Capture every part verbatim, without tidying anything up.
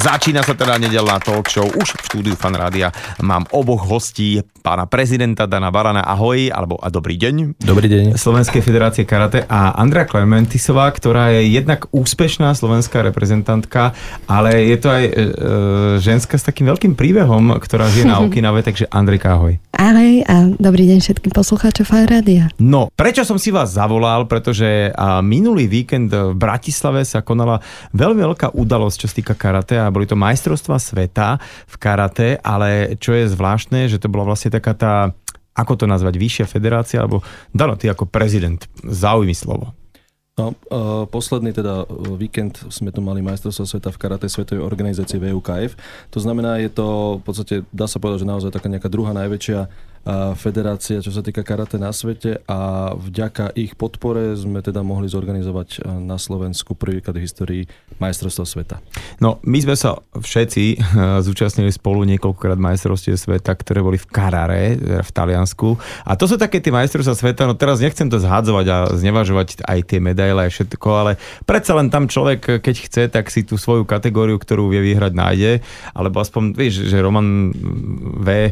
Začína sa teda nedeľná talk show. Už v štúdiu Fan Rádia mám oboch hostí, pána prezidenta Dana Barana, ahoj, alebo a dobrý deň. Dobrý deň. Slovenskej federácie karate a Andrea Klementisová, ktorá je jednak úspešná slovenská reprezentantka, ale je to aj e, ženská s takým veľkým príbehom, ktorá žije na Okinave, takže Andrejka, ahoj. Ahoj a dobrý deň všetkým poslucháčom Fan Rádia. No, prečo som si vás zavolal? Pretože a minulý víkend v Bratislave sa konala veľmi veľká udalosť, čo sa týka karate, a boli to majstrovstvá sveta v karate, ale čo je zvláštne, že to bola vlastne taká tá, ako to nazvať, vyššia federácia, alebo Dano, ty ako prezident, zaujmi slovo. No, uh, posledný teda víkend sme tu mali majstrovstvá sveta v karate svetovej organizácie vé ú ká ef. To znamená, je to v podstate, dá sa povedať, že naozaj taká nejaká druhá najväčšia uh, federácia, čo sa týka karate na svete, a vďaka ich podpore sme teda mohli zorganizovať uh, na Slovensku prvýkrát v histórii majstrovstvá sveta. No, my sme sa všetci uh, zúčastnili spolu niekoľkokrát majstrovstiev sveta, ktoré boli v Carrare, v Taliansku. A to sú také tie majstrovstvá sveta, no teraz nechcem to zhádzovať a znevažovať aj tie medaile, aj všetko, ale predsa len tam človek, keď chce, tak si tú svoju kategóriu, ktorú vie vyhrať, nájde, alebo aspoň, vieš, že Roman V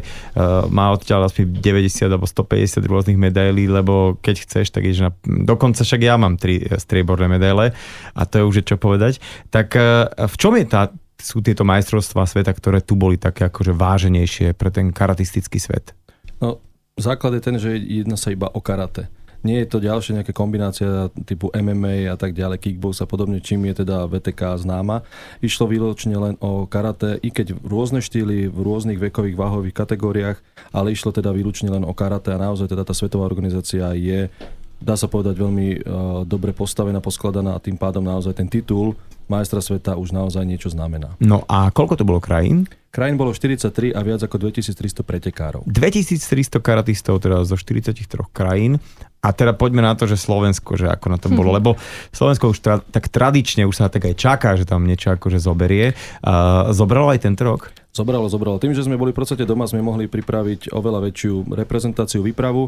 má odtiaľ aspoň deväťdesiat alebo stopäťdesiat rôznych medailí, lebo keď chceš, tak ideš na... Dokonca však ja mám tri strieborné medaile a to je už čo povedať. Tak v čom je tá, sú tieto majstrovstvá sveta, ktoré tu boli také akože váženejšie pre ten karatistický svet? No, základ je ten, že jedná sa iba o karate. Nie je to ďalšia nejaká kombinácia typu em em á a tak ďalej, kickbox a podobne, čím je teda vé té ká známa. Išlo výlučne len o karate, i keď v rôzne štýly, v rôznych vekových váhových kategóriách, ale išlo teda výlučne len o karate a naozaj teda tá svetová organizácia je, dá sa povedať, veľmi uh, dobre postavená, poskladaná a tým pádom naozaj ten titul majstra sveta už naozaj niečo znamená. No a koľko to bolo krajín? Krajín bolo štyridsaťtri a viac ako dvetisíctristo pretekárov. dvetisíctristo karatistov teda zo štyridsaťtri krajín. A teda poďme na to, že Slovensko, že ako na to bolo, lebo Slovensko už tra- tak tradične už sa tak aj čaká, že tam niečo akože zoberie. Uh, zobralo aj tento rok? Zobralo, zobralo. Tým, že sme boli v podstate doma, sme mohli pripraviť oveľa väčšiu reprezentáciu, výpravu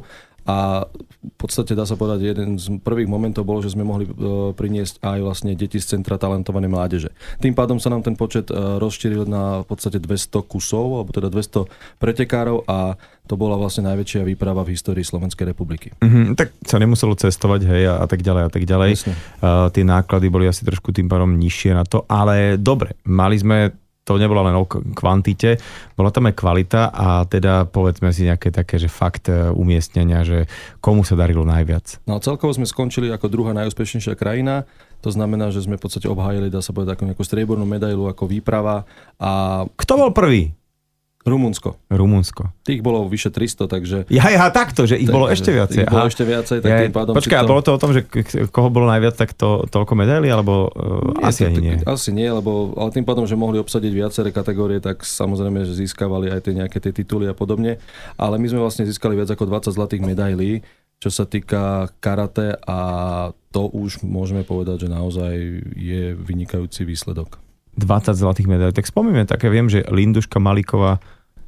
a v podstate dá sa povedať, jeden z prvých momentov bolo, že sme mohli priniesť aj vlastne deti z Centra talentovanej mládeže. Tým pádom sa nám ten počet rozšíril na v podstate dvesto kusov, alebo teda dvesto pretekárov a to bola vlastne najväčšia výprava v histórii Slovenskej republiky. Mm-hmm, tak sa nemuselo cestovať, hej, a, a tak ďalej, a tak ďalej. Uh, tie náklady boli asi trošku tým pádom nižšie na to, ale dobre, mali sme, to nebola len o kvantite, bola tam aj kvalita a teda povedzme si nejaké také, že fakt umiestnenia, že komu sa darilo najviac. No celkovo sme skončili ako druhá najúspešnejšia krajina, to znamená, že sme v podstate obhájili, dá sa povedať, ako nejakú striebornú medailu, ako výprava. A kto bol prvý? Rumunsko. Rumunsko. Tých bolo vyše tristo, takže... Ja, ja, takto, že ich tak, bolo ešte viacej. Ich bolo ešte viacej, tak ja, tým pádom... Počkaj, to... bolo to o tom, že koho bolo najviac, tak to, toľko medailí, alebo nie, asi ani nie? Asi nie, lebo ale tým pádom, že mohli obsadiť viaceré kategórie, tak samozrejme, že získavali aj tie nejaké tie tituly a podobne. Ale my sme vlastne získali viac ako dvadsať zlatých medailí, čo sa týka karate, a to už môžeme povedať, že naozaj je vynikajúci výsledok. dvadsať zlatých medailí. Tak spomíname také, viem, že Linduška Malíková,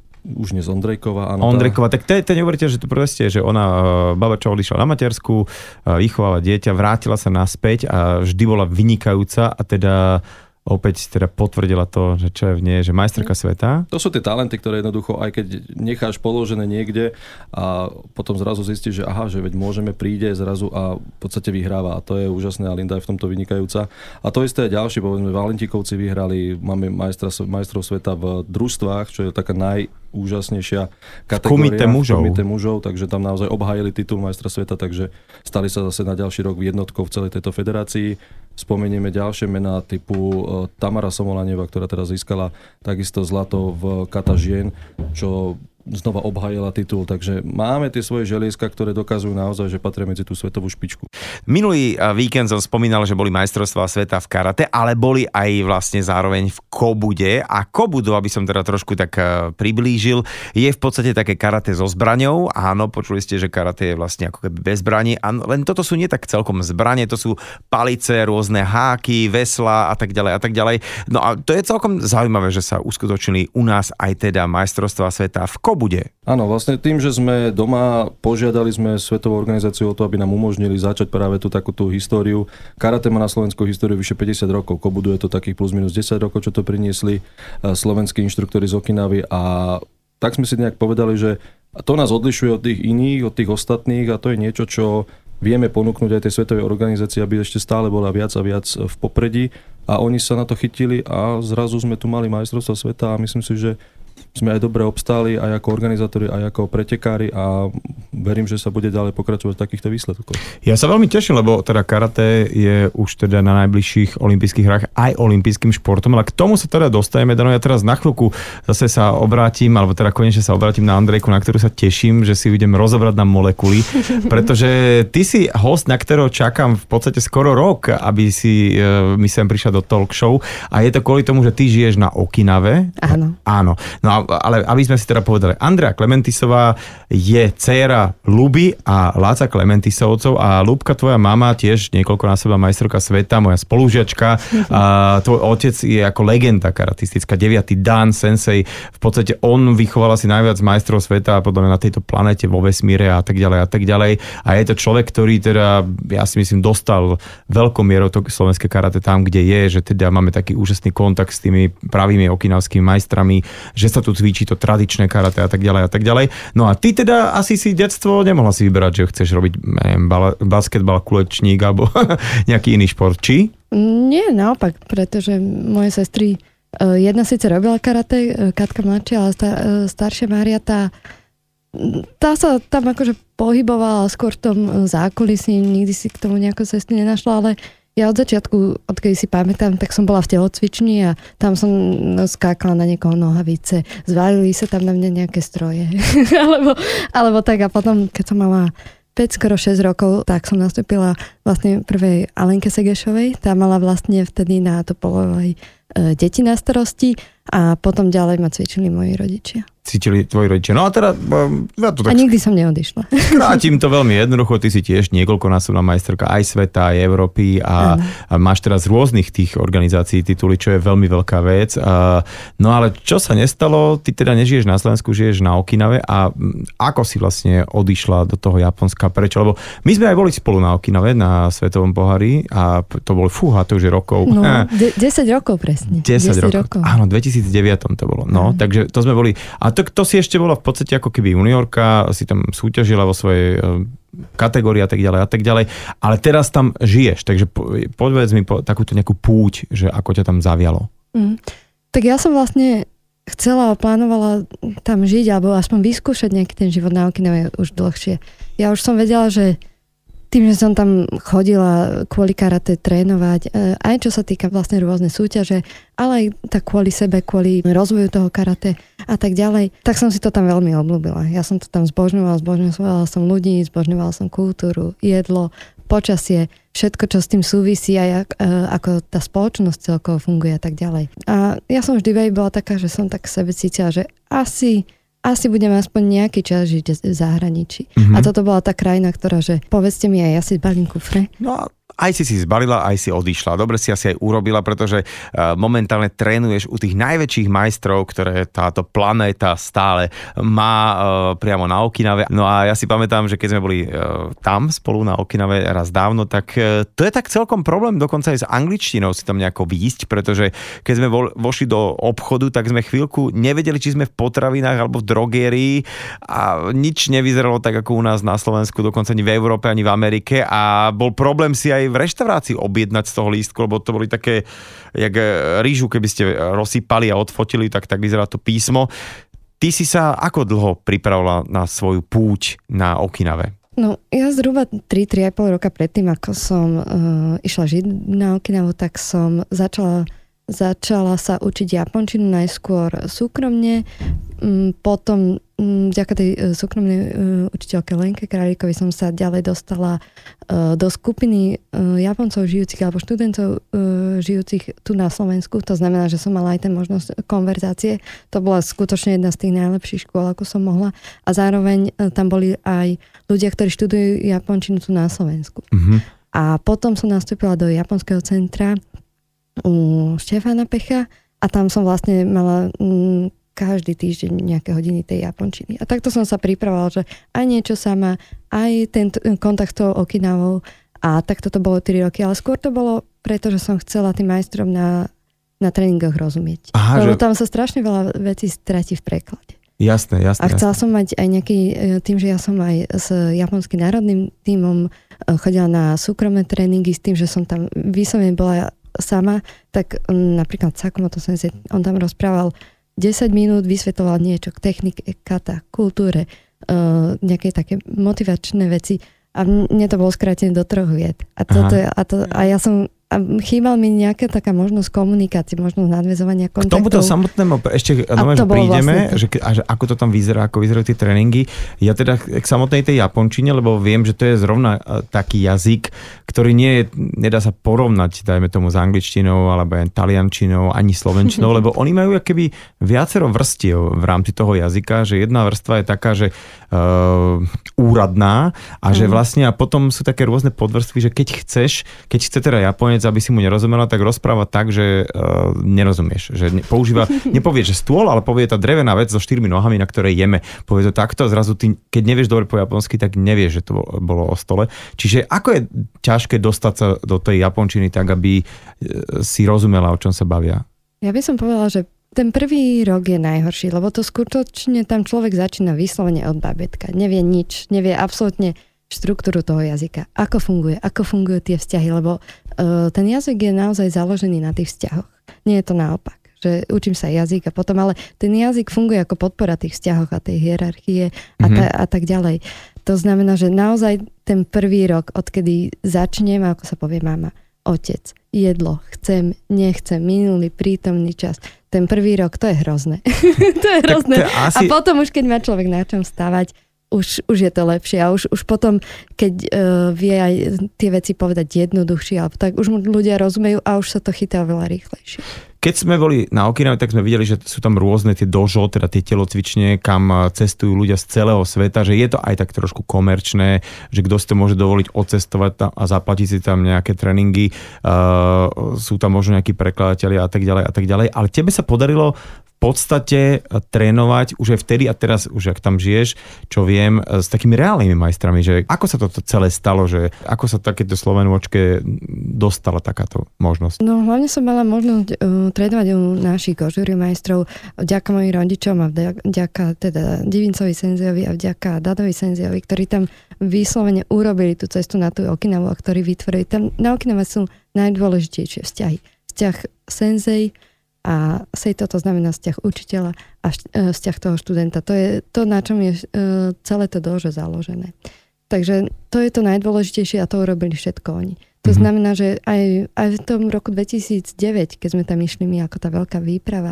už dnes Ondrejková, áno. Ondrejková, tak to, to neuveríte, že to proste, že ona, babača odišla na matersku, vychovala dieťa, vrátila sa naspäť a vždy bola vynikajúca a teda opäť teda potvrdila to, že čo je v nej, že majsterka sveta. To sú tie talenty, ktoré jednoducho, aj keď necháš položené niekde a potom zrazu zistíš, že aha, že veď môžeme, príde zrazu a v podstate vyhráva. A to je úžasné a Linda je v tomto vynikajúca. A to isté je ďalší, povedzme, Valentíkovci vyhrali, máme majstra, majstrov sveta v družstvách, čo je taká najúžasnejšia kategória. Komite mužov. Komite mužov, takže tam naozaj obhájili titul majstra sveta, takže stali sa zase na ďalší rok jednotkou v celej tejto federácii. Spomenieme ďalšie mená typu Tamara Somolanieva, ktorá teraz získala takisto zlato v kata žien, čo znova obhájila titul, takže máme tie svoje želieska, ktoré dokazujú naozaj, že patria medzi tú svetovú špičku. Minulý víkend som spomínal, že boli majstrovstvá sveta v karate, ale boli aj vlastne zároveň v kobude a kobudu, aby som teda trošku tak priblížil, je v podstate také karate so zbraňou. Áno, počuli ste, že karate je vlastne ako keby bez zbraní, a len toto sú nie tak celkom zbranie, to sú palice, rôzne háky, veslá a tak ďalej a tak ďalej. No a to je celkom zaujímavé, že sa uskutočnili u nás aj teda majstrovstvá sveta v kobude. bude? Áno, vlastne tým, že sme doma, požiadali sme Svetovú organizáciu o to, aby nám umožnili začať práve tú takúto históriu. Karate má na Slovensku históriu vyše päťdesiat rokov, Kobudu je to takých plus minus desať rokov, čo to priniesli slovenskí inštruktori z Okinavy a tak sme si nejak povedali, že to nás odlišuje od tých iných, od tých ostatných a to je niečo, čo vieme ponúknuť aj tej svetovej organizácii, aby ešte stále bola viac a viac v popredí a oni sa na to chytili a zrazu sme tu mali majstrovstvá sveta a myslím si, že sme aj dobre obstáli, aj ako organizátori, aj ako pretekári a verím, že sa bude ďalej pokračovať v takýchto výsledkoch. Ja sa veľmi teším, lebo teda karate je už teda na najbližších olympijských hrách aj olympijským športom, ale k tomu sa teda dostaneme. Dano, ja teraz na chvíľku zase sa obrátim, alebo teda konečne sa obrátim na Andrejku, na ktorú sa teším, že si idem rozobrať na molekuly, pretože ty si host, na ktorého čakám v podstate skoro rok, aby si e, mi sem prišla do talk show a je to kvôli tomu, že ty žiješ na Okinave. Áno. Áno. No ale aby sme si teda povedali, Andrea Klementisová je dcéra Luby a Láca Klementisovcov a Lubka, tvoja mama, tiež niekoľkonásobná majstrovka sveta, moja spolužiačka. A tvoj otec je ako legenda karatistická, deviatý dan, sensei. V podstate on vychoval asi najviac majstrov sveta podľa mňa na tejto planete, vo vesmíre a tak ďalej a tak ďalej. A je to človek, ktorý teda, ja si myslím, dostal veľkou mierou to slovenské karate tam, kde je, že teda máme taký úžasný kontakt s tými pravými okinavskými majstrami, že sa tu cvičí to tradičné karate a tak ďalej a tak ďalej. No a ty teda asi si detstvo nemohla si vyberať, že chceš robiť neviem, bal, basketbal, kulečník alebo nejaký iný šport, či? Nie, naopak, pretože moje sestry, jedna síce robila karate, Katka mladšia, ale star, staršia Mária, tá, tá sa tam akože pohybovala skôr v tom zákulisí, nikdy si k tomu nejako cestu nenašla, ale ja od začiatku, odkedy si pamätám, tak som bola v telocvični a tam som skákala na niekoho nohavice. Zvalili sa tam na mňa nejaké stroje. alebo, alebo tak a potom, keď som mala päť, skoro šesť rokov, tak som nastúpila vlastne prvej Alenke Segešovej. Tá mala vlastne vtedy na Topolovej e, deti na starosti a potom ďalej ma cvičili moji rodičia. Cítili tvoji rodičia. No a teda... Ja to tak... A nikdy som neodišla. Skrátim to veľmi jednoducho. Ty si tiež niekoľkonásobná majsterka aj sveta, aj Európy a, a máš teraz rôznych tých organizácií tituly, čo je veľmi veľká vec. A, no ale čo sa nestalo? Ty teda nežiješ na Slovensku, žiješ na Okinave a ako si vlastne odišla do toho Japonska? Prečo? Lebo my sme aj boli spolu na Okinave, na Svetovom pohári a to bol fúha, to už je rokov. No, de- desať rokov presne. desať, desať rokov. rokov. Áno, dvetisícdeväť to bolo. No, mm. takže to sme boli... A to, to si ešte bola v podstate ako keby juniorka, si tam súťažila vo svojej kategórii a tak ďalej a tak ďalej, ale teraz tam žiješ, takže povedz mi po, takúto nejakú púť, že ako ťa tam zavialo. Mm. Tak ja som vlastne chcela a plánovala tam žiť, alebo aspoň vyskúšať nejaký ten život na Okinave už dlhšie. Ja už som vedela, že tým, že som tam chodila kvôli karate trénovať, aj čo sa týka vlastne rôzne súťaže, ale aj tak kvôli sebe, kvôli rozvoju toho karate a tak ďalej, tak som si to tam veľmi obľúbila. Ja som to tam zbožňovala, zbožňovala som ľudí, zbožňovala som kultúru, jedlo, počasie, všetko, čo s tým súvisí aj ako tá spoločnosť celkovo funguje a tak ďalej. A ja som vždy bola taká, že som tak sebe cítila, že asi asi budeme aspoň nejaký čas žiť v zahraničí. Mm-hmm. A toto bola tá krajina, ktorá, že povedzte mi aj, ja si zbalím kufre. No aj si si zbalila, aj si odišla. Dobre si asi aj urobila, pretože uh, momentálne trénuješ u tých najväčších majstrov, ktoré táto planéta stále má uh, priamo na Okinave. No a ja si pamätám, že keď sme boli uh, tam spolu na Okinave raz dávno, tak uh, to je tak celkom problém, dokonca aj s angličtinou si tam nejako výjsť, pretože keď sme vo, vošli do obchodu, tak sme chvíľku nevedeli, či sme v potravinách alebo v drogérii a nič nevyzeralo tak ako u nás na Slovensku, dokonca ani v Európe, ani v Amerike a bol problém si aj v reštaurácii objednať z toho lístku, lebo to boli také, jak rýžu, keby ste rozsypali a odfotili, tak, tak vyzerá to písmo. Ty si sa ako dlho pripravila na svoju púť na Okinave? No, ja zhruba tri tri a pol roka predtým, ako som uh, išla žiť na Okinavu, tak som začala Začala sa učiť japončinu najskôr súkromne, potom vďaka tej súkromnej učiteľke Lenke Králíkovej som sa ďalej dostala do skupiny Japoncov žijúcich alebo študentov žijúcich tu na Slovensku. To znamená, že som mala aj ten možnosť konverzácie. To bola skutočne jedna z tých najlepších škôl, ako som mohla. A zároveň tam boli aj ľudia, ktorí študujú japončinu tu na Slovensku. Mm-hmm. A potom som nastúpila do japonského centra u Štefana Pecha a tam som vlastne mala m, každý týždeň nejaké hodiny tej japončiny. A takto som sa pripravovala, že aj niečo sama, aj ten t- kontakt s tou Okinavou a takto to bolo tri roky, ale skôr to bolo preto, že som chcela tým majstrom na, na tréningoch rozumieť. Aha, lebo že... tam sa strašne veľa vecí stratí v preklade. Jasné, jasné. A chcela jasné. som mať aj nejaký, tým, že ja som aj s japonským národným tímom chodila na súkromné tréningy s tým, že som tam vyslovene bola sama, tak napríklad Sakamoto sensei, on tam rozprával desať minút, vysvetoval niečo k technike, kata, kultúre, nejaké také motivačné veci a mne to bolo skrátené do troch vied. A, toto, a, to, a ja som a chýbal mi nejaká taká možnosť komunikácie, možnosť nadväzovania kontaktov. K tomuto samotnému ešte no, že prídeme, vlastne že, a že ako to tam vyzerá, ako vyzerajú tie tréningy. Ja teda k samotnej tej japončine, lebo viem, že to je zrovna taký jazyk, ktorý nie je, nedá sa porovnať, dajme tomu s angličtinou, alebo aj taliančinou, ani slovenčinou, lebo oni majú akoby viacero vrstiev v rámci toho jazyka, že jedna vrstva je taká, že uh, úradná a že vlastne a potom sú také rôzne podvrstvy, že keď chceš, keď chce teda Japonec, aby si mu nerozumela, tak rozpráva tak, že uh, nerozumieš. Že ne, používa, nepovie, že stôl, ale povie tá drevená vec so štyrmi nohami, na ktorej jeme. Povie to takto a zrazu ty, keď nevieš dobre po japonsky, tak nevieš, že to bolo o stole. Čiže ako je ťažké dostať sa do tej japončiny tak, aby si rozumela, o čom sa bavia? Ja by som povedala, že ten prvý rok je najhorší, lebo to skutočne tam človek začína vyslovene od babietka. Nevie nič, nevie absolútne štruktúru toho jazyka. Ako funguje, ako fungujú tie vzťahy, lebo uh, ten jazyk je naozaj založený na tých vzťahoch. Nie je to naopak, že učím sa jazyk a potom, ale ten jazyk funguje ako podpora tých vzťahoch a tej hierarchie a, ta, a tak ďalej. To znamená, že naozaj ten prvý rok, odkedy začnem, ako sa povie mama, otec, jedlo, chcem, nechcem, minulý, prítomný čas. Ten prvý rok, to je hrozné. to je hrozné. To asi... A potom už, keď má človek na čom stavať, Už, už je to lepšie a už, už potom, keď uh, vie aj tie veci povedať jednoduchšie, alebo tak už mu ľudia rozumejú a už sa to chytá veľa rýchlejšie. Keď sme boli na Okinave, tak sme videli, že sú tam rôzne tie dojo, teda tie telocvične, kam cestujú ľudia z celého sveta, že je to aj tak trošku komerčné, že kto si to môže dovoliť odcestovať tam a zaplatiť si tam nejaké tréningy, uh, sú tam možno nejakí prekladatelia a tak ďalej a tak ďalej, ale tebe sa podarilo v podstate trénovať už aj vtedy a teraz už ak tam žiješ, čo viem, s takými reálnymi majstrami, že ako sa toto celé stalo, že ako sa takéto slovenôčke dostala takáto možnosť? No hlavne som mala možnosť uh, trénovať u našich gožúri majstrov vďaka mojim rodičom a vďaka teda Divincovi senzejovi a vďaka Dadovi senzejovi, ktorí tam vyslovene urobili tú cestu na tú Okinavu a ktorí vytvorili. Tam na Okinave sú najdôležitejšie vzťahy. Vzťah senzej a sejto, to znamená vzťah učiteľa a vzťah toho študenta. To je to, na čom je celé to dojo založené. Takže to je to najdôležitejšie a to urobili všetko oni. To mm-hmm. znamená, že aj, aj v tom roku dvetisícdeväť, keď sme tam išli my ako tá veľká výprava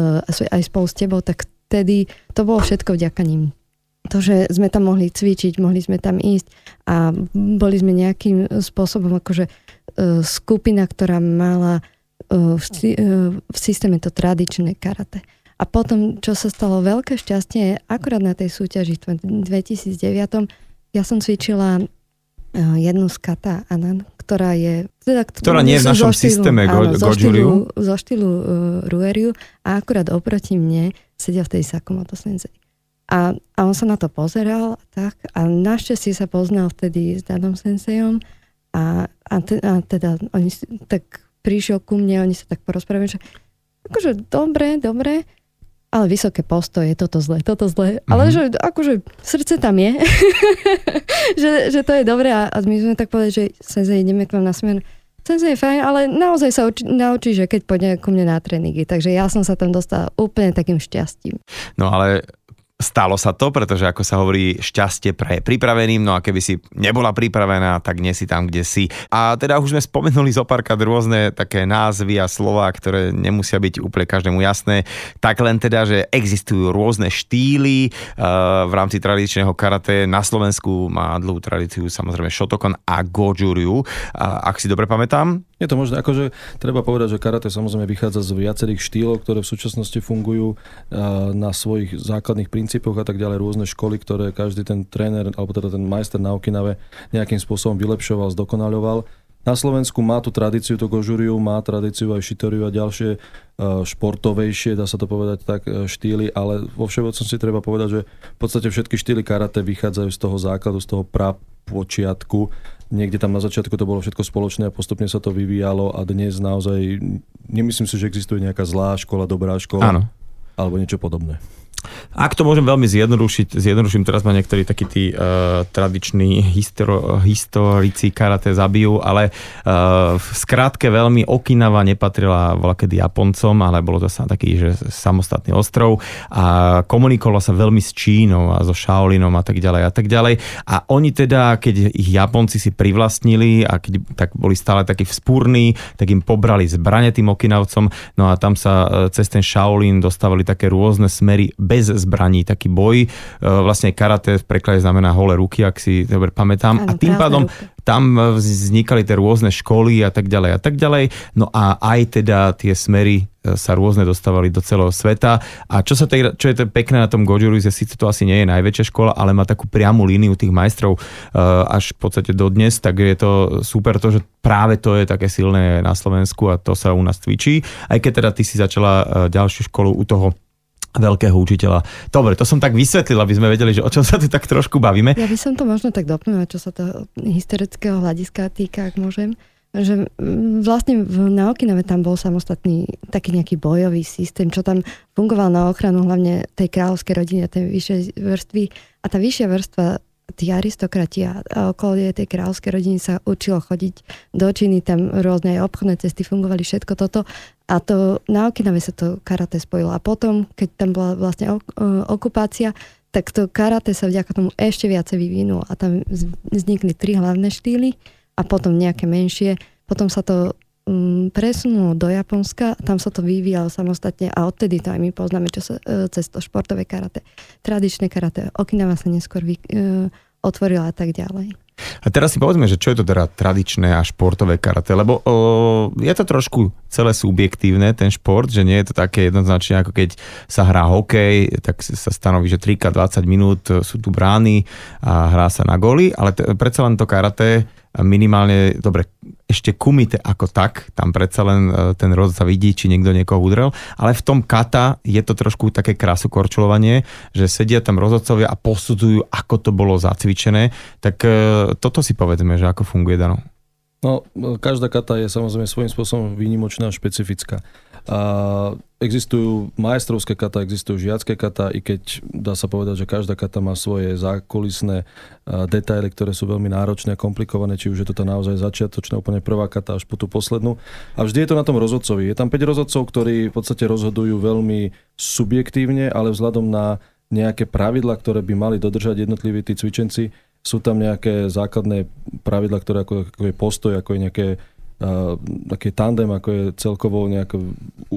aj spolu s tebou, tak vtedy to bolo všetko vďaka nim. To, že sme tam mohli cvičiť, mohli sme tam ísť a boli sme nejakým spôsobom akože skupina, ktorá mala v systéme to tradičné karate. A potom, čo sa stalo veľké šťastie, akurát na tej súťaži v dvetisícdeväť ja som cvičila jednu z kata Anan, ktorá je... Teda, ktorá nie je v našom štýlu, systéme áno, Goju-ryu. Zo štýlu uh, Rueryu a akurát oproti mne sedel vtedy Sakamoto sensei. A, a on sa na to pozeral tak, a našťastie sa poznal vtedy s Dadom sensejom a, a, te, a teda oni tak prišiel ku mne, oni sa tak porozprávali, že akože dobre, dobre, ale vysoké postoje, toto zle, toto zle, mm-hmm. ale že akože srdce tam je, že, že to je dobré a, a my sme tak povedali, že sensei, ideme k vám na smer. Sensei je fajn, ale naozaj sa uči, naučí, že keď pôjde ku mne na tréningy, takže ja som sa tam dostala úplne takým šťastím. No ale stalo sa to, pretože ako sa hovorí, šťastie pre pripraveným, no a keby si nebola pripravená, tak nie si tam, kde si. A teda už sme spomenuli zo párkrát rôzne také názvy a slová, ktoré nemusia byť úplne každému jasné. Tak len teda, že existujú rôzne štýly uh, v rámci tradičného karate. Na Slovensku má dlhú tradíciu samozrejme Shotokan a Goju-ryu. Uh, ak si dobre pamätám. Je to možné, akože treba povedať, že karate samozrejme vychádza z viacerých štýlov, ktoré v súčasnosti fungujú uh, na svojich základných princípoch a tak ďalej, rôzne školy, ktoré každý ten tréner, alebo teda ten majster na Okinave nejakým spôsobom vylepšoval, zdokonaľoval. Na Slovensku má tú tradíciu, to gožuriu, má tradíciu aj šitoriu a ďalšie športovejšie, dá sa to povedať tak, štýly, ale vo všeobecnosti treba povedať, že v podstate všetky štýly karate vychádzajú z toho základu, z toho prapočiatku. Niekde tam na začiatku to bolo všetko spoločné a postupne sa to vyvíjalo a dnes naozaj nemyslím si, že existuje nejaká zlá škola, dobrá škola. Áno. Alebo niečo podobné. Ak to môžem veľmi zjednodušiť, zjednoduším, teraz ma niektorí takí tí uh, tradiční histori- historici karate zabijú, ale uh, v skratke veľmi Okinawa nepatrila voľakedy Japoncom, ale bolo to sa taký, že samostatný ostrov a komunikovalo sa veľmi s Čínou a so Shaolinom a tak ďalej a tak ďalej. A oni teda, keď ich Japonci si privlastnili a keď tak boli stále takí vzpúrni, tak im pobrali zbrane tým Okinavcom, no a tam sa cez ten Shaolin dostávali také rôzne smery bez zbraní, taký boj. Vlastne karate v preklade znamená holé ruky, ak si dobre pamätám. Áno, a tým pádom ruky. Tam vznikali tie rôzne školy a tak ďalej a tak ďalej. No a aj teda tie smery sa rôzne dostávali do celého sveta. A čo, sa tej, čo je to pekné na tom Goju-ryu, že síce to asi nie je najväčšia škola, ale má takú priamu líniu tých majstrov až v podstate dodnes, tak je to super to, že práve to je také silné na Slovensku a to sa u nás cvičí. Aj keď teda ty si začala ďalšiu školu u toho veľkého učiteľa. Dobre, to som tak vysvetlil, aby sme vedeli, že o čom sa tu tak trošku bavíme. Ja by som to možno tak doplnila, čo sa to historického hľadiska týka, ak môžem. Že vlastne v, na Okinawe tam bol samostatný taký nejaký bojový systém, čo tam fungoval na ochranu hlavne tej kráľovskej rodiny a tej vyššej vrstvy. A tá vyššia vrstva, tí aristokrati a okolo tej kráľovskej rodiny sa učilo chodiť do Číny, tam rôzne aj obchodné cesty fungovali, všetko toto. A to na Okinawe sa to karate spojilo. A potom, keď tam bola vlastne okupácia, tak to karate sa vďaka tomu ešte viacej vyvinulo. A tam vznikli tri hlavné štýly a potom nejaké menšie. Potom sa to um, presunulo do Japonska, tam sa to vyvíjalo samostatne a odtedy to aj my poznáme, čo sa uh, cez to športové karate, tradičné karate. Okinawa sa neskôr vy, uh, otvorila a tak ďalej. A teraz si povedzme, že čo je to teda tradičné a športové karate, lebo o, je to trošku celé subjektívne, ten šport, že nie je to také jednoznačne, ako keď sa hrá hokej, tak sa stanoví, že tri krát dvadsať minút sú tu brány a hrá sa na góly, ale t- predsa len to karate minimálne, dobre, ešte kumite ako tak, tam predsa len ten rozhodca vidí, či niekto niekoho udrel, ale v tom kata je to trošku také krásokorčulovanie, že sedia tam rozhodcovia a posudzujú, ako to bolo zacvičené, tak toto si povedzme, že ako funguje, Dano. No, každá kata je samozrejme svojím spôsobom výnimočná a špecifická. A existujú majstrovské kata, existujú žiacké kata, i keď dá sa povedať, že každá kata má svoje zákulisné detaily, ktoré sú veľmi náročné a komplikované, či už je to tá naozaj začiatočná, úplne prvá kata až po tú poslednú. A vždy je to na tom rozhodcovi. Je tam päť rozhodcov, ktorí v podstate rozhodujú veľmi subjektívne, ale vzhľadom na nejaké pravidlá, ktoré by mali dodržať jednotliví tí cvičenci, sú tam nejaké základné pravidlá, ktoré ako, ako je postoj, ako je nejaké Uh, taký tandem, ako je celkovo nejako,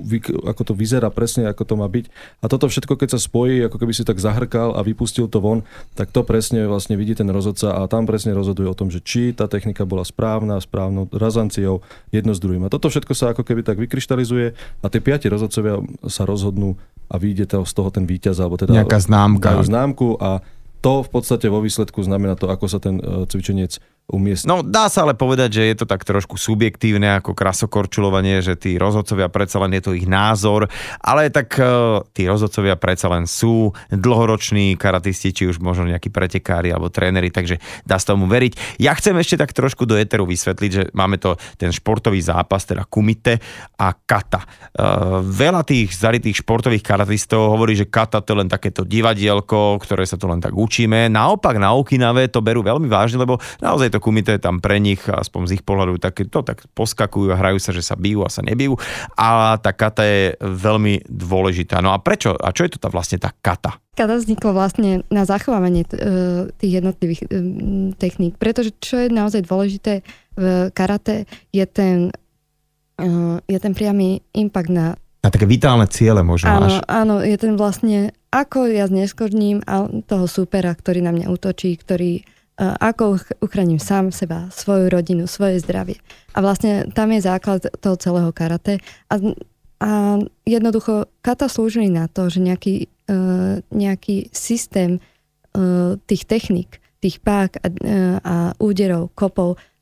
ako to vyzerá presne, ako to má byť. A toto všetko, keď sa spojí, ako keby si tak zahrkal a vypustil to von, tak to presne vlastne vidí ten rozhodca a tam presne rozhoduje o tom, že či tá technika bola správna, správnou razanciou, jedno s druhým. A toto všetko sa ako keby tak vykryštalizuje a tie piati rozhodcovia sa rozhodnú a vyjde z toho ten víťaz, alebo teda nejaká známka. Dajú známku a to v podstate vo výsledku znamená to, ako sa ten cvičenec umiestni. No dá sa ale povedať, že je to tak trošku subjektívne ako krasokorčulovanie, že tí rozhodcovia predsa len je to ich názor, ale tak uh, tí rozhodcovia predsa len sú dlhoroční karatisti, či už možno nejakí pretekári alebo tréneri, takže dá sa tomu veriť. Ja chcem ešte tak trošku do éteru vysvetliť, že máme to ten športový zápas, teda kumite a kata. Uh, veľa tých zarytých športových karatistov hovorí, že kata to je len takéto divadielko, ktoré sa to len tak učíme. Naopak na Okinawe to berú veľmi vážne, lebo naozaj to kumite tam pre nich, aspoň z ich pohľadu, tak to tak poskakujú a hrajú sa, že sa bijú a sa nebijú. A tá kata je veľmi dôležitá. No a prečo? A čo je to tá vlastne tá kata? Kata vzniklo vlastne na zachovávanie t- tých jednotlivých techník, pretože čo je naozaj dôležité v karate je ten, je ten priamy impact na Na také vitálne ciele možno áno, máš. Áno, je ten vlastne, ako ja zneškodním toho súpera, ktorý na mňa útočí, ktorý ako uchránim sám seba, svoju rodinu, svoje zdravie. A vlastne tam je základ toho celého karate. A, a jednoducho kata slúžili na to, že nejaký, uh, nejaký systém uh, tých techník, tých pák a, uh, a úderov, kopov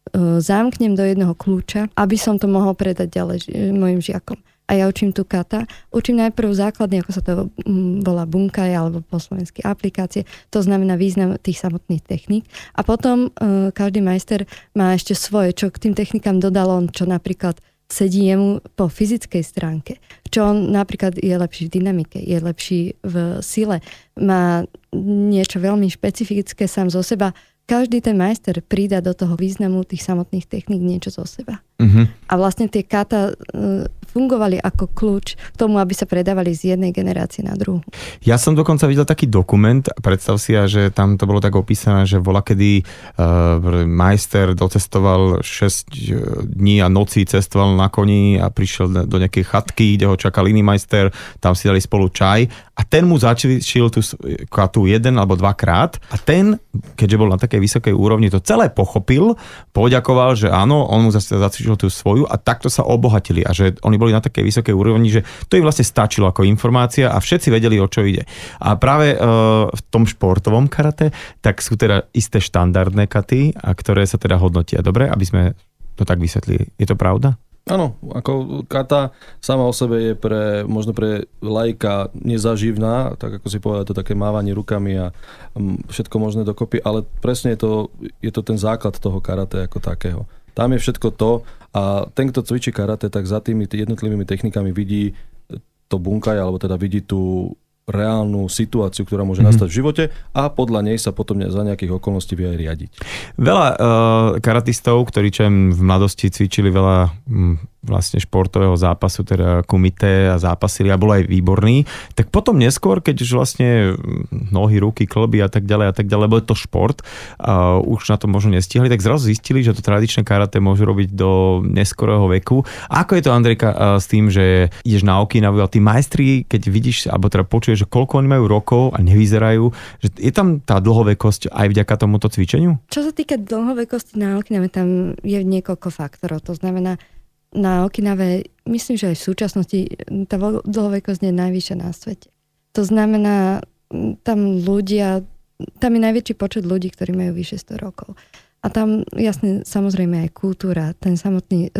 zamknem do jedného kľúča, aby som to mohol predať ďalej mojim žiakom. A ja učím tu kata. Učím najprv základne, ako sa to volá bunkaj, alebo po slovensky aplikácie. To znamená význam tých samotných techník. A potom uh, každý majster má ešte svoje, čo k tým technikám dodal on, čo napríklad sedí jemu po fyzickej stránke. Čo on napríklad je lepší v dynamike, je lepší v sile. Má niečo veľmi špecifické sám zo seba. Každý ten majster prída do toho významu tých samotných techník niečo zo seba. Uh-huh. A vlastne tie kata uh, fungovali ako kľúč k tomu, aby sa predávali z jednej generácie na druhú. Ja som dokonca videl taký dokument, predstav si, že tam to bolo tak opísané, že volakedy uh, majster docestoval šesť dní a nocí, cestoval na koni a prišiel do nejakej chatky, kde ho čakal iný majster, tam si dali spolu čaj a ten mu začil tú katu jeden alebo dvakrát a ten, keďže bol na takej vysokej úrovni, to celé pochopil, poďakoval, že áno, on mu zase zacvičil tú svoju a takto sa obohatili a že oni boli na takej vysokej úrovni, že to im vlastne stačilo ako informácia a všetci vedeli, o čo ide. A práve e, v tom športovom karate, tak sú teda isté štandardné katy, a ktoré sa teda hodnotia. Dobre, aby sme to tak vysvetlili. Je to pravda? Áno, ako kata sama o sebe je pre, možno pre laika nezaživná, tak ako si povedal, to také mávanie rukami a všetko možné dokopy, ale presne je to, je to ten základ toho karate ako takého. Tam je všetko to a ten, kto cvičí karate, tak za tými jednotlivými technikami vidí to bunkaj, alebo teda vidí tú reálnu situáciu, ktorá môže nastať v živote a podľa nej sa potom za nejakých okolností vie aj riadiť. Veľa uh, karatistov, ktorí čo v mladosti cvičili veľa um, vlastne športového zápasu, teda kumite a zápasili a bol aj výborný, tak potom neskôr, keď už vlastne nohy, ruky, klby a tak ďalej a tak ďalej, lebo je to šport, uh, už na to možno nestihli, tak zrazu zistili, že to tradičné karate môžu robiť do neskorého veku. A ako je to, Andrejka, uh, s tým, že ideš na Okinavu a tí majstri, keď vidíš, alebo teda počuješ, že koľko oni majú rokov a nevyzerajú, že je tam tá dlhovekosť aj vďaka tomuto cvičeniu? Čo sa týka dlhovekosti na Okinave, tam je niekoľko faktorov. To znamená, na Okinave, myslím, že aj v súčasnosti tá dlhovekosť je najvyššia na svete. To znamená, tam ľudia, tam je najväčší počet ľudí, ktorí majú vyše sto rokov. A tam jasne, samozrejme aj kultúra, ten samotný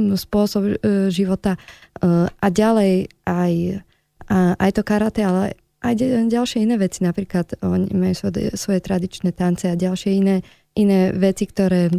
spôsob života a ďalej aj A aj to karate, ale aj ďalšie iné veci. Napríklad oni majú svoje, svoje tradičné tance a ďalšie iné, iné veci, ktoré,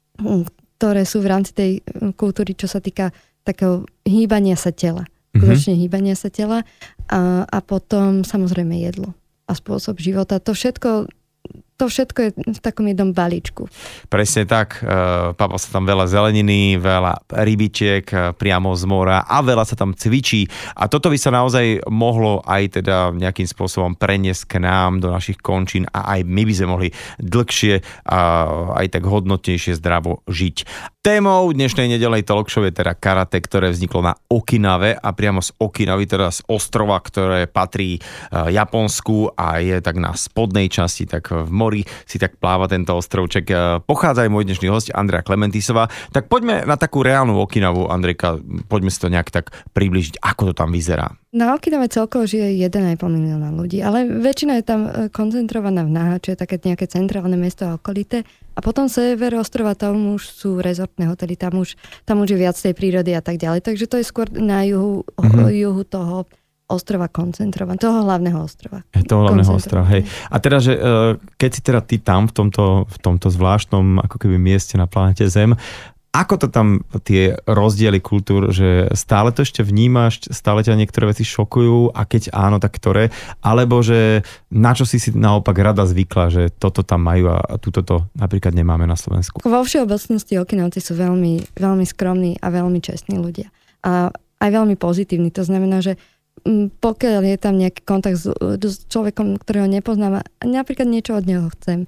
ktoré sú v rámci tej kultúry, čo sa týka takého hýbania sa tela. Skutočne mm-hmm. hýbania sa tela. A, a potom samozrejme jedlo a spôsob života. To všetko To všetko je v takom jednom balíčku. Presne tak. Pápa sa tam veľa zeleniny, veľa rybičiek priamo z mora a veľa sa tam cvičí. A toto by sa naozaj mohlo aj teda nejakým spôsobom preniesť k nám do našich končín a aj my by sme mohli dlhšie a aj tak hodnotnejšie zdravo žiť. Témou dnešnej nedelnej talk show je teda karate, ktoré vzniklo na Okinave a priamo z Okinavy, teda z ostrova, ktoré patrí Japonsku a je tak na spodnej časti, tak v mori si tak pláva tento ostrovček. Pochádza aj môj dnešný host Andrea Klementisová. Tak poďme na takú reálnu Okinavu, Andrejka, poďme si to nejak tak približiť, ako to tam vyzerá. Na Okinave celkovo žije jeden a pol milióna ľudí, ale väčšina je tam koncentrovaná v Naha, čo je také nejaké centrálne mesto a okolité. A potom sever ostrova, tam už sú rezortné hotely, tam už, tam už je viac tej prírody a tak ďalej. Takže to je skôr na juhu, mm-hmm. juhu toho ostrova koncentrované, toho hlavného ostrova. Toho hlavného ostrova, hej. A teda, že keď si teda ty tam v tomto, v tomto zvláštnom ako keby mieste na planete Zem, ako to tam tie rozdiely kultúr, že stále to ešte vnímaš, stále ťa niektoré veci šokujú a keď áno, tak ktoré? Alebo že na čo si si naopak rada zvykla, že toto tam majú a túto to napríklad nemáme na Slovensku? Vo všeobecnosti Okinavci sú veľmi, veľmi skromní a veľmi čestní ľudia. A aj veľmi pozitívni. To znamená, že pokiaľ je tam nejaký kontakt s, s človekom, ktorého nepoznám a napríklad niečo od neho chcem,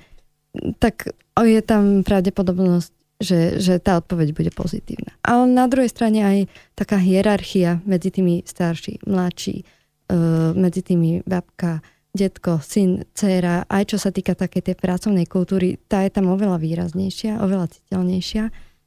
tak je tam pravdepodobnosť, Že, že tá odpoveď bude pozitívna. Ale na druhej strane aj taká hierarchia medzi tými starší, mladší, uh, medzi tými babka, detko, syn, dcéra, aj čo sa týka takej tej pracovnej kultúry, tá je tam oveľa výraznejšia, oveľa citeľnejšia,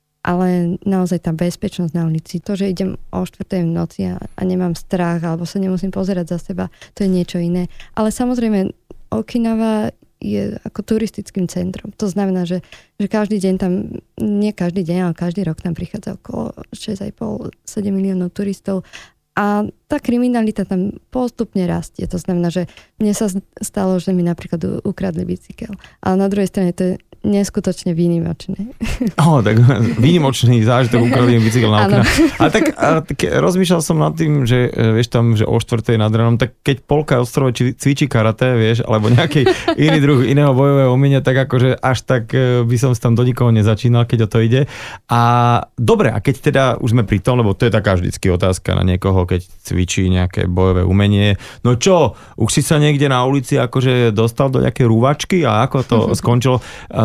ale naozaj tá bezpečnosť na ulici, to, že idem o štvrtej v noci a, a nemám strach, alebo sa nemusím pozerať za seba, to je niečo iné. Ale samozrejme, Okinawa je ako turistickým centrom. To znamená, že, že každý deň tam, nie každý deň, ale každý rok tam prichádza okolo šesť a pol až sedem miliónov turistov a tá kriminalita tam postupne rastie. To znamená, že mne sa stalo, že mi napríklad ukradli bicykel. Ale na druhej strane to je neskutočne výnimočné. Oh, tak výnimočný zážitok, ukradli bicykel na okna. A tak, a tak rozmýšľal som nad tým, že vieš tam, že o štvrtej nad ránom, tak keď polka ostrove cvičí karate, vieš, alebo nejaký iný druh iného bojového umenia, tak akože až tak by som tam do nikoho nezačínal, keď o to ide. A dobre, a keď teda už sme pri tom, lebo to je taká vždycky otázka na niekoho, keď cvičí nejaké bojové umenie. No čo, už si sa niekde na ulici akože dostal do nejakej rúvačky a ako to skončilo?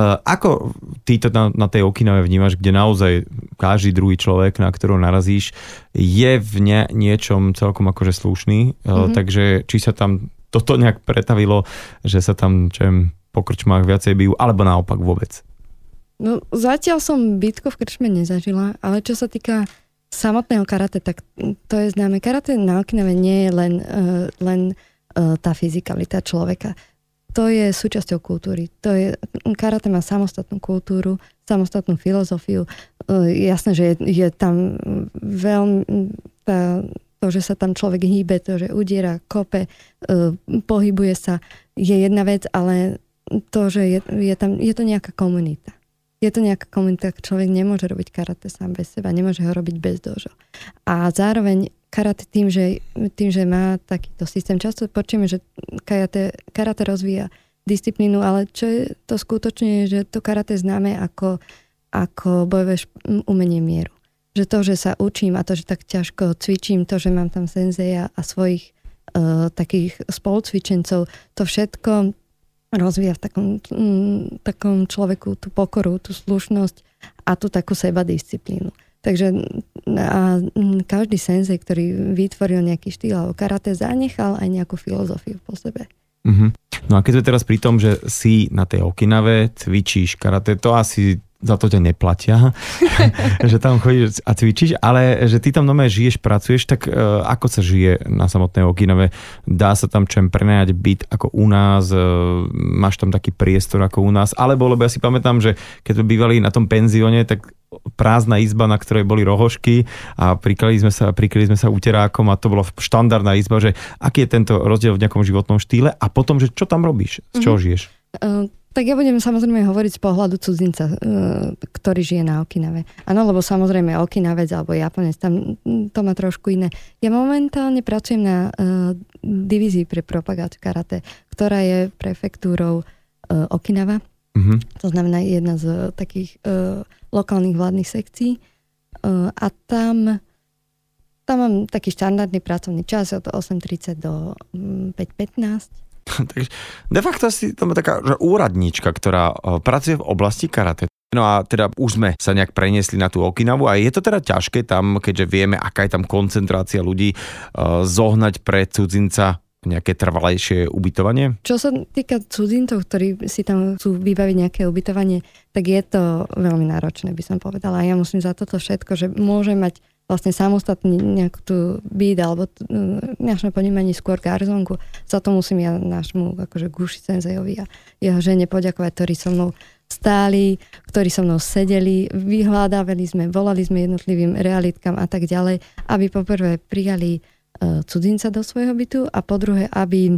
Ako ty to na, na tej Okinave vnímaš, kde naozaj každý druhý človek, na ktorého narazíš, je v ne, niečom celkom akože slušný, mm-hmm. takže či sa tam toto nejak pretavilo, že sa tam čem, po krčmách viacej bijú, alebo naopak vôbec? No zatiaľ som bitku v krčme nezažila, ale čo sa týka samotného karate, tak to je známe. Karate na Okinave nie je len, uh, len uh, tá fyzikalita človeka. To je súčasťou kultúry. To je, karate má samostatnú kultúru, samostatnú filozofiu. Jasné, že je, je tam veľmi... Tá, to, že sa tam človek hýbe, to, že udiera, kope, pohybuje sa, je jedna vec, ale to, že je, je tam... Je to nejaká komunita. Je to nejaká komunita, človek nemôže robiť karate sám bez seba, nemôže ho robiť bez dojo. A zároveň karate tým, že, tým, že má takýto systém, často počujeme, že karate, karate rozvíja disciplínu, ale čo je to skutočne, že to karate známe ako, ako bojové umenie mieru. Že to, že sa učím a to, že tak ťažko cvičím, to, že mám tam senzeja a svojich uh, takých spolucvičencov, to všetko rozvíja v takom, mm, takom človeku tú pokoru, tú slušnosť a tú takú sebadisciplínu. Takže a každý senzej, ktorý vytvoril nejaký štýl alebo karate, zanechal aj nejakú filozofiu po sebe. Uh-huh. No a keď sme teraz pri tom, že si na tej Okinave, cvičíš karate, to asi za to ťa neplatia, že tam chodíš a cvičíš, ale že ty tam doma žiješ, pracuješ, tak uh, ako sa žije na samotnej Okinave? Dá sa tam čem prenajať byt ako u nás? Uh, máš tam taký priestor ako u nás? Alebo, lebo ja si pamätám, že keď sme bývali na tom penzióne, tak prázdna izba, na ktorej boli rohožky a prikryli sme sa, prikryli sme sa uterákom a to bola štandardná izba, že aký je tento rozdiel v nejakom životnom štýle a potom, že čo tam robíš? Z čoho žiješ? Uh, tak ja budem samozrejme hovoriť z pohľadu cudzinca, uh, ktorý žije na Okinave. Áno, lebo samozrejme Okinavec alebo Japonec, tam to má trošku iné. Ja momentálne pracujem na uh, divízii pre propagáciu karate, ktorá je prefektúrou uh, Okinava. Uh-huh. To znamená jedna z takých uh, lokálnych vládnych sekcií. Uh, a tam, tam mám taký štandardný pracovný čas od osem tridsať do um, päť pätnásť. Takže de facto si tam taká že úradníčka, ktorá pracuje v oblasti karate. No a teda už sme sa nejak preniesli na tú Okinavu a je to teda ťažké tam, keďže vieme, aká je tam koncentrácia ľudí, zohnať pre cudzinca nejaké trvalejšie ubytovanie? Čo sa týka cudzincov, ktorí si tam chcú vybaviť nejaké ubytovanie, tak je to veľmi náročné, by som povedala. Ja musím za toto všetko, že môžem mať vlastne samostatný nejakú tú byt alebo našom ponímaní skôr garzonku. Za to musím ja nášmu akože Guši senzejovi a jeho žene poďakovať, ktorí so mnou stáli, ktorí so mnou sedeli, vyhľadávali sme, volali sme jednotlivým realitkám a tak ďalej, aby poprvé prijali uh, cudzinca do svojho bytu a po druhé, aby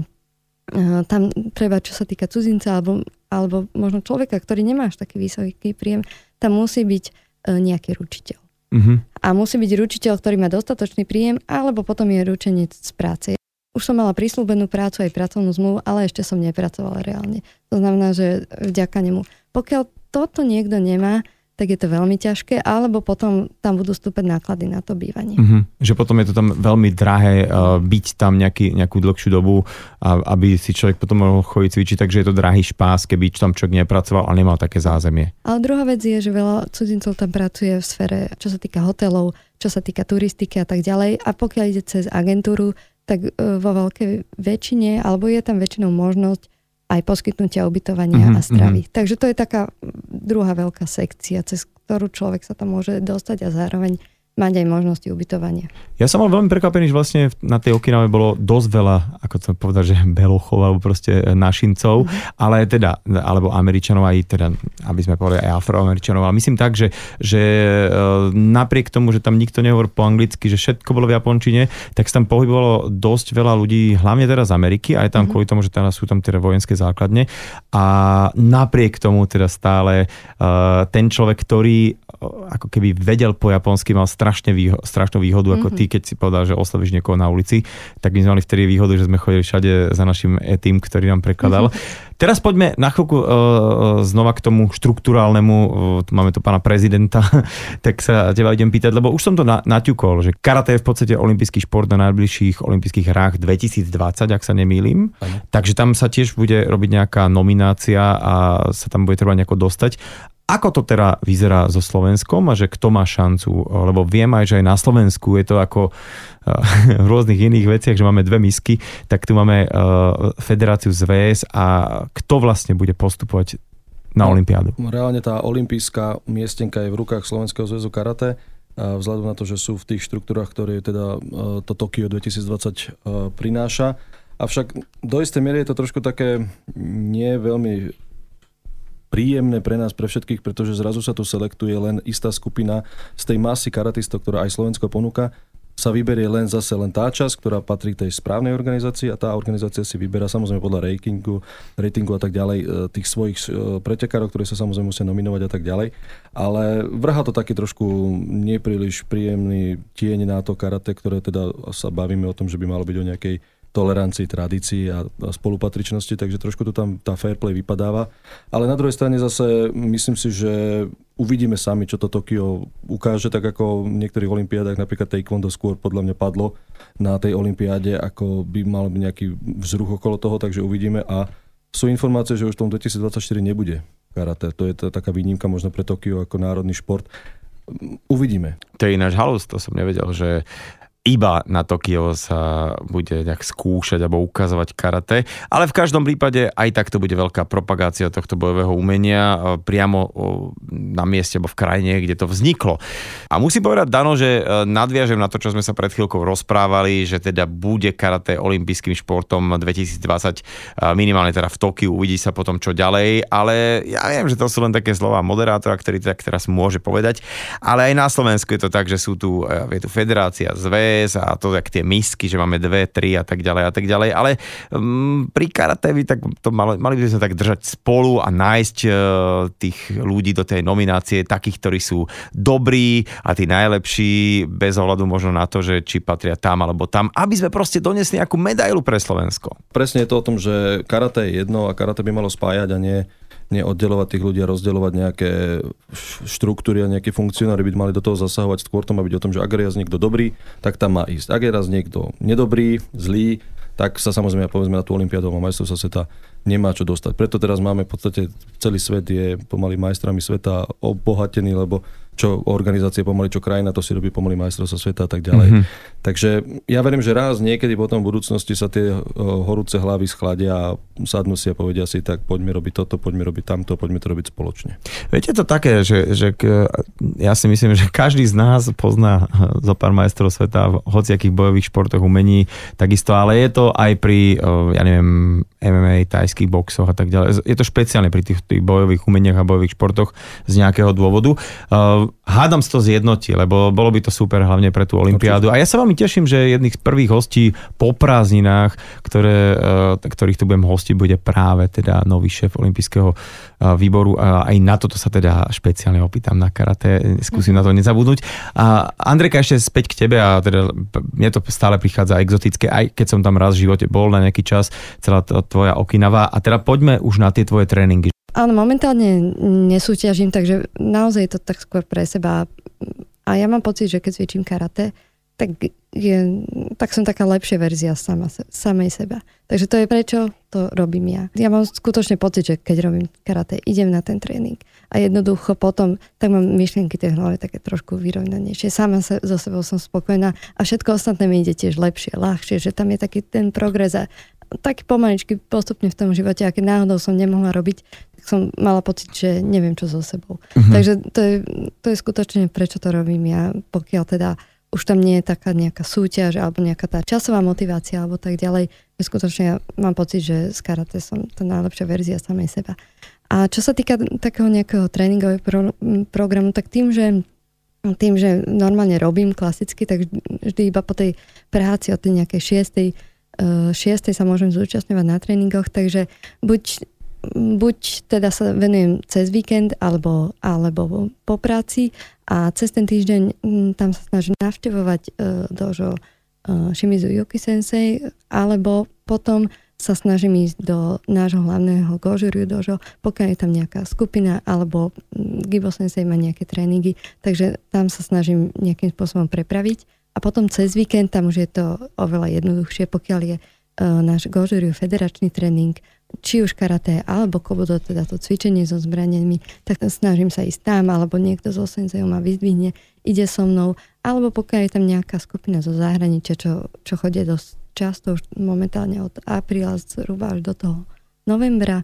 uh, tam treba, čo sa týka cudzinca alebo, alebo možno človeka, ktorý nemá až taký vysoký príjem, tam musí byť uh, nejaký ručiteľ. Uh-huh. A musí byť ručiteľ, ktorý má dostatočný príjem, alebo potom je ručenec z práce. Už som mala prísľubenú prácu aj pracovnú zmluvu, ale ešte som nepracovala reálne. To znamená, že vďaka nemu. Pokiaľ toto niekto nemá, tak je to veľmi ťažké, alebo potom tam budú stúpať náklady na to bývanie. Uh-huh. Že potom je to tam veľmi drahé uh, byť tam nejaký, nejakú dlhšiu dobu, a, aby si človek potom mohol chodiť cvičiť, takže je to drahý špás, keby tam človek nepracoval a nemal také zázemie. Ale druhá vec je, že veľa cudzincov tam pracuje v sfére, čo sa týka hotelov, čo sa týka turistiky a tak ďalej. A pokiaľ ide cez agentúru, tak uh, vo veľkej väčšine, alebo je tam väčšinou možnosť aj poskytnutia ubytovania uh-huh, a stravy. Uh-huh. Takže to je taká druhá veľká sekcia, cez ktorú človek sa tam môže dostať a zároveň mať aj možnosti ubytovania. Ja som bol veľmi prekvapený, že vlastne na tej Okinave bolo dosť veľa, ako to povedať, že belochov alebo proste našincov, mm-hmm. ale teda, alebo Američanov aj teda, aby sme povedali aj Afroameričanov, ale myslím tak, že, že napriek tomu, že tam nikto nehovorí po anglicky, že všetko bolo v japončine, tak sa tam pohybovalo dosť veľa ľudí, hlavne teda z Ameriky, aj tam mm-hmm. kvôli tomu, že teda sú tam teda vojenské základne a napriek tomu teda stále uh, ten človek, ktorý uh, ako keby vedel po japonsky, mal strašne výho- strašnú výhodu, mm-hmm. ako ty, keď si povedal, že oslovíš niekoho na ulici, tak my sme mali vtedy výhodu, že sme chodili všade za našim e-tým, ktorý nám prekladal. Mm-hmm. Teraz poďme na chvíľku uh, znova k tomu štruktúrálnemu, uh, tu máme tu pána prezidenta, tak sa teba idem pýtať, lebo už som to na, naťukol, že karate je v podstate olympijský šport na najbližších olympijských hrách dvetisícdvadsať, ak sa nemýlim. Ano. Takže tam sa tiež bude robiť nejaká nominácia a sa tam bude treba nejako dostať. Ako to teda vyzerá so Slovenskom a že kto má šancu? Lebo viem aj, že aj na Slovensku je to ako v rôznych iných veciach, že máme dve misky, tak tu máme Federáciu zväz a kto vlastne bude postupovať na olympiádu? Reálne tá olympijská miestenka je v rukách Slovenského zväzu karate. A vzhľadom na to, že sú v tých štruktúrach, ktoré teda to Tokio dvetisícdvadsať prináša. Avšak do istej miery je to trošku také nie veľmi príjemné pre nás, pre všetkých, pretože zrazu sa tu selektuje len istá skupina z tej masy karatistov, ktorá aj Slovensko ponúka, sa vyberie len zase len tá časť, ktorá patrí tej správnej organizácii a tá organizácia si vyberá samozrejme podľa ratingu, ratingu a tak ďalej tých svojich pretekárov, ktorí sa samozrejme musia nominovať a tak ďalej. Ale vrhá to taký trošku nepríliš príjemný tieň na to karate, ktoré teda sa bavíme o tom, že by malo byť o nejakej tolerancii, tradícii a spolupatričnosti, takže trošku to tam tá fair play vypadáva. Ale na druhej strane zase myslím si, že uvidíme sami, čo to Tokio ukáže, tak ako v niektorých olympiádach, napríklad taekwondo skôr podľa mňa padlo na tej olympiáde, ako by mal byť nejaký vzruch okolo toho, takže uvidíme a sú informácie, že už v tom dvetisícdvadsaťštyri nebude karate. To je to taká výnimka možno pre Tokio ako národný šport. Uvidíme. To je ináč halus, to som nevedel, že iba na Tokio sa bude nejak skúšať alebo ukazovať karate, ale v každom prípade aj tak to bude veľká propagácia tohto bojového umenia priamo na mieste alebo v krajine, kde to vzniklo. A musím povedať, Dano, že nadviažem na to, čo sme sa pred chvíľkou rozprávali, že teda bude karate olympijským športom dvetisícdvadsať minimálne teda v Tokiu, uvidí sa potom čo ďalej, ale ja viem, že to sú len také slová moderátora, ktorý tak teraz môže povedať, ale aj na Slovensku je to tak, že sú tu, je tu federácia, zväz a to tak tie misky, že máme dve, tri a tak ďalej a tak ďalej, ale um, pri karate by tak to mali, mali by sme tak držať spolu a nájsť uh, tých ľudí do tej nominácie, takých, ktorí sú dobrí a tí najlepší, bez ohľadu možno na to, že či patria tam alebo tam, aby sme proste donesli nejakú medailu pre Slovensko. Presne je to o tom, že karate je jedno a karate by malo spájať a nie neoddelovať tých ľudí a rozdeľovať nejaké štruktúry a nejaké funkcionári by mali do toho zasahovať. Skôr to má byť o tom, že ak je raz niekto dobrý, tak tam má ísť. Ak je raz niekto nedobrý, zlý, tak sa samozrejme, povedzme, na tú olympiádu a majstrovstvá sveta nemá čo dostať. Preto teraz máme v podstate, celý svet je pomaly majstrami sveta obohatený, lebo čo organizácie pomaly, čo krajina, to si robí pomaly majstrovstvá sveta a tak ďalej. Mm-hmm. Takže ja verím, že raz niekedy potom v budúcnosti sa tie horúce hlavy schladia a sadnú si a povedia si, tak poďme robiť toto, poďme robiť tamto, poďme to robiť spoločne. Viete to také, že, že ja si myslím, že každý z nás pozná zo pár majstrov sveta v hociakých bojových športoch, umení, takisto, ale je to aj pri, ja neviem, em em á, tajských boxoch a tak ďalej. Je to špeciálne pri tých, tých bojových umeniach a bojových športoch z nejakého dôvodu. Hádam si to zjednotí, lebo bolo by to super hlavne pre tú olympiádu. A ja sa veľmi teším, že jedných z prvých hostí po prázdninách, ktoré, ktorých tu budem hostiť, bude práve teda nový šéf olympijského výboru. A aj na toto sa teda špeciálne opýtam na karate. Skúsim na to nezabudnúť. A Andrejka, ešte späť k tebe a teda mne to stále prichádza exotické, aj keď som tam raz v živote bol na nejaký čas, celá tvoja Okinawa. A teda poďme už na tie tvoje tréningy. Áno, momentálne nesúťažím, takže naozaj je to tak skôr pre seba. A ja mám pocit, že keď cvičím karate, tak, je, tak som taká lepšia verzia sama, samej seba. Takže to je prečo to robím ja. Ja mám skutočne pocit, že keď robím karate, idem na ten tréning a jednoducho potom, tak mám myšlienky tej hlave také trošku vyrovnanejšie. Sama sa, so sebou som spokojná a všetko ostatné mi ide tiež lepšie, ľahšie, že tam je taký ten progres a taký pomaličky postupne v tom živote, a keď náhodou som nemohla robiť, tak som mala pocit, že neviem čo so sebou. Uh-huh. Takže to je, to je skutočne, prečo to robím ja, pokiaľ teda už tam nie je taká nejaká súťaž alebo nejaká tá časová motivácia alebo tak ďalej. Skutočne ja mám pocit, že z karate som tá najlepšia verzia samej seba. A čo sa týka takého nejakého tréningového pro, programu, tak tým, že tým, že normálne robím klasicky, tak vždy iba po tej práci od tej nejakej šiestej, šiestej sa môžem zúčastňovať na tréningoch, takže buď, buď teda sa venujem cez víkend alebo, alebo po práci a cez ten týždeň tam sa snažím navštevovať dojo Shimizu Yuki Sensei, alebo potom sa snažím ísť do nášho hlavného Goju-ryu dojo, pokiaľ je tam nejaká skupina, alebo Gibo Sensei má nejaké tréningy, takže tam sa snažím nejakým spôsobom prepraviť. A potom cez víkend, tam už je to oveľa jednoduchšie, pokiaľ je uh, náš Goju-ryu federačný tréning, či už karate, alebo kobudo, teda to cvičenie so zbraniami, tak snažím sa ísť tam, alebo niekto zo sensejom ma vyzdvihne, ide so mnou, alebo pokiaľ je tam nejaká skupina zo zahraničia, čo, čo chodia dosť často, už momentálne od apríla zhruba až do toho novembra,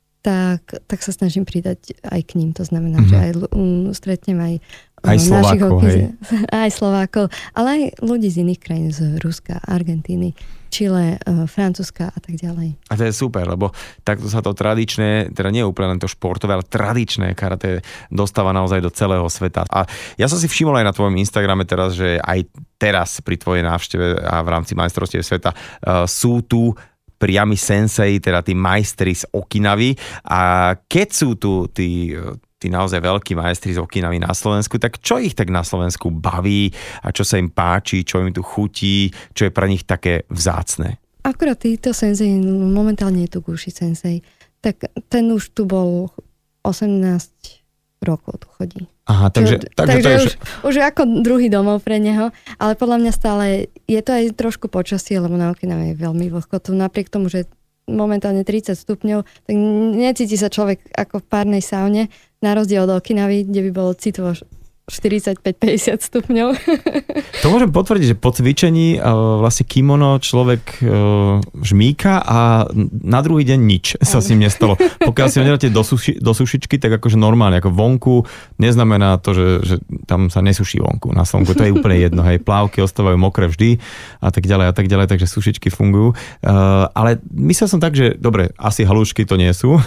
tak, tak sa snažím pridať aj k ním. To znamená, mm-hmm. že aj um, stretnem aj, aj um, Slovákov, hej. aj Slovákov, ale aj ľudí z iných krajín, z Ruska, Argentíny, Čile, uh, Francúzska a tak ďalej. A to je super, lebo takto sa to tradičné, teda nie úplne len to športové, ale tradičné karate dostáva naozaj do celého sveta. A ja som si všimol aj na tvojom Instagrame teraz, že aj teraz pri tvojej návšteve a v rámci majstrovstiev sveta uh, sú tu priami sensei, teda tí majstri z Okinavy. A keď sú tu tí, tí naozaj veľkí majstri z Okinavy na Slovensku, tak čo ich tak na Slovensku baví a čo sa im páči, čo im tu chutí, čo je pre nich také vzácne? Akurát títo sensei, momentálne je tu Gushi sensei, tak ten už tu bol osemnásť rokov tu chodí. Aha, takže, Čiže, takže, takže to je už, už je ako druhý domov pre neho, ale podľa mňa stále je to aj trošku počasie, lebo na Okinave je veľmi vlhko. Tu napriek tomu, že momentálne tridsať stupňov, tak necíti sa človek ako v párnej saune, na rozdiel od Okinavy, kde by bolo citovo štyridsaťpäť päťdesiat stupňov. To môžem potvrdiť, že po cvičení uh, vlastne kimono človek uh, žmýka a na druhý deň nič sa s ním nestalo. Pokiaľ si ho nedáte do, suši, do sušičky, tak akože normálne, ako vonku, neznamená to, že, že tam sa nesuší vonku na slnku. To je úplne jedno. Hej, plávky ostávajú mokré vždy a tak ďalej a tak ďalej, takže sušičky fungujú. Uh, ale myslel som tak, že dobre, asi halúšky to nie sú.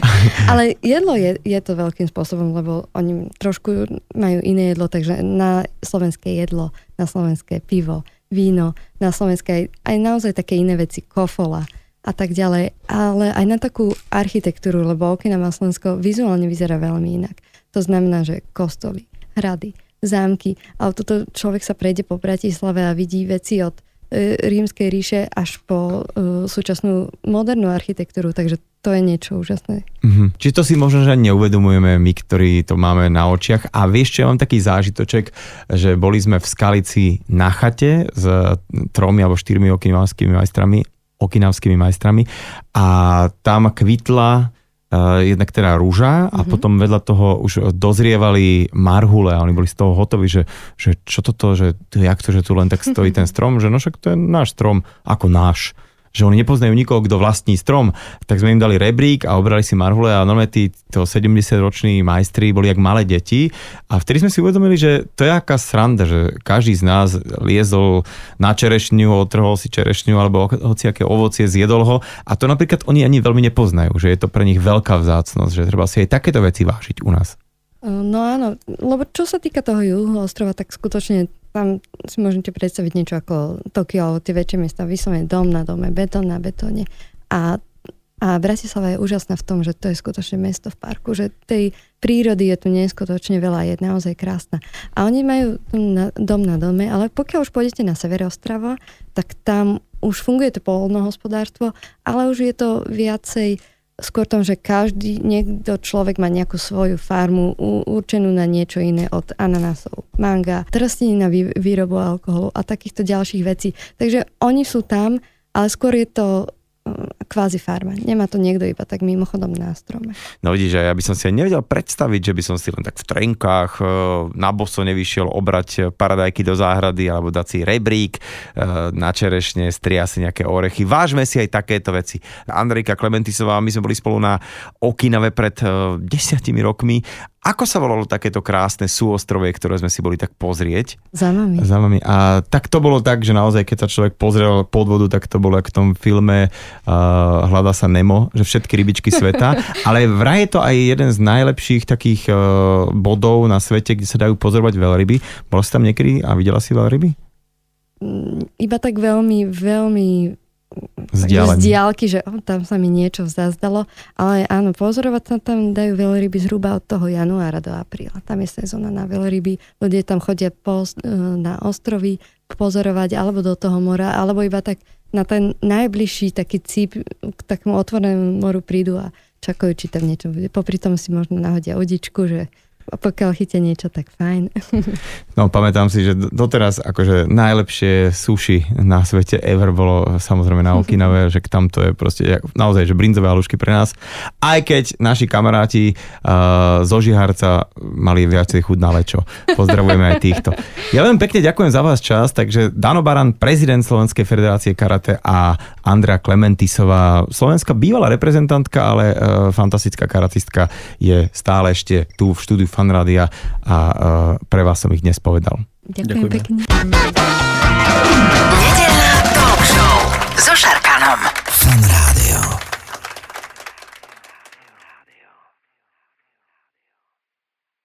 Ale jedlo je, je to veľkým spôsobom, lebo oni trošku majú iné jedlo, takže na slovenské jedlo, na slovenské pivo, víno, na slovenské aj, aj naozaj také iné veci, kofola a tak ďalej, ale aj na takú architektúru, lebo Okinawa Slovensko vizuálne vyzerá veľmi inak. To znamená, že kostoly, hrady, zámky, ale toto človek sa prejde po Bratislave a vidí veci od e, Rímskej ríše až po e, súčasnú modernú architektúru, takže to je niečo úžasné. Mm-hmm. Čiže to si možno, že neuvedomujeme my, ktorí to máme na očiach. A vieš, čo ja mám taký zážitoček, že boli sme v Skalici na chate s tromi alebo štyrmi okinavskými majstrami, okinavskými majstrami a tam kvitla uh, jednak teda rúža a mm-hmm. potom vedľa toho už dozrievali marhule a oni boli z toho hotoví, že, že čo toto, že jak to, že tu len tak stojí ten strom, že no však to je náš strom, ako náš. Že oni nepoznajú nikoho, kto vlastní strom, tak sme im dali rebrík a obrali si marhule a normálne tí sedemdesiatroční majstri boli jak malé deti a vtedy sme si uvedomili, že to je aká sranda, že každý z nás liezol na čerešňu, otrhol si čerešňu alebo hociaké ovocie, zjedol ho a to napríklad oni ani veľmi nepoznajú, že je to pre nich veľká vzácnosť, že treba si aj takéto veci vážiť u nás. No áno, lebo čo sa týka toho juhoostrova, tak skutočne tam si môžete predstaviť niečo ako Tokio, alebo tie väčšie miesta, vyslovene dom na dome, betón na betóne. A, a Bratislava je úžasná v tom, že to je skutočne mesto v parku, že tej prírody je tu neskutočne veľa, je naozaj krásna. A oni majú na, dom na dome, ale pokiaľ už pôjdete na sever ostrova, tak tam už funguje to poľnohospodárstvo, ale už je to viacej skôr tom, že každý, niekto človek má nejakú svoju farmu určenú na niečo iné, od ananásov, manga, trstiny na výrobu alkoholu a takýchto ďalších vecí. Takže oni sú tam, ale skôr je to ako kvázi farma. Nemá to niekto iba tak mimochodom na strome. No vidíš, ja by som si aj nevedel predstaviť, že by som si len tak v trenkách na boso nevyšiel obrať paradajky do záhrady alebo dať si rebrík na čerešne, stria si nejaké orechy. Vážme si aj takéto veci. Andrejka Klementisová, my sme boli spolu na Okinave pred desiatimi rokmi. Ako sa volalo takéto krásne súostrovie, ktoré sme si boli tak pozrieť? Za mami. Za mami. A tak to bolo tak, že naozaj, keď sa človek pozrel pod vodu, tak to bolo jak v tom filme uh, Hľadá sa Nemo, že všetky rybičky sveta. Ale vraj je to aj jeden z najlepších takých uh, bodov na svete, kde sa dajú pozorovať veľryby. Bol si tam niekedy a videla si veľryby? Iba tak veľmi, veľmi z diaľky, že oh, tam sa mi niečo zazdalo, ale áno, pozorovať sa tam dajú veľryby zhruba od toho januára do apríla. Tam je sezóna na veľryby, ľudia tam chodia po, na ostrovy pozorovať alebo do toho mora, alebo iba tak na ten najbližší taký cíp k takému otvorenému moru prídu a čakajú, či tam niečo bude. Popri tom si možno nahodia udičku, že a pokiaľ chytia niečo, tak fajn. No, pamätám si, že doteraz akože najlepšie sushi na svete ever bolo samozrejme na Okinave, že tam to je proste naozaj, že brinzové halušky pre nás. Aj keď naši kamaráti uh, zo Žihárca mali viacej chuť na lečo. Pozdravujeme aj týchto. Ja veľmi pekne ďakujem za vás čas, takže Dano Baran, prezident Slovenskej federácie karate a Andrea Klementisová, slovenská bývalá reprezentantka, ale uh, fantastická karatistka, je stále ešte tu v štúdiu Fan Rádia a uh, pre vás som ich dnes povedal. Ďakujem pekne. Nedeľná talk show so Šarkanom. Fan Rádio.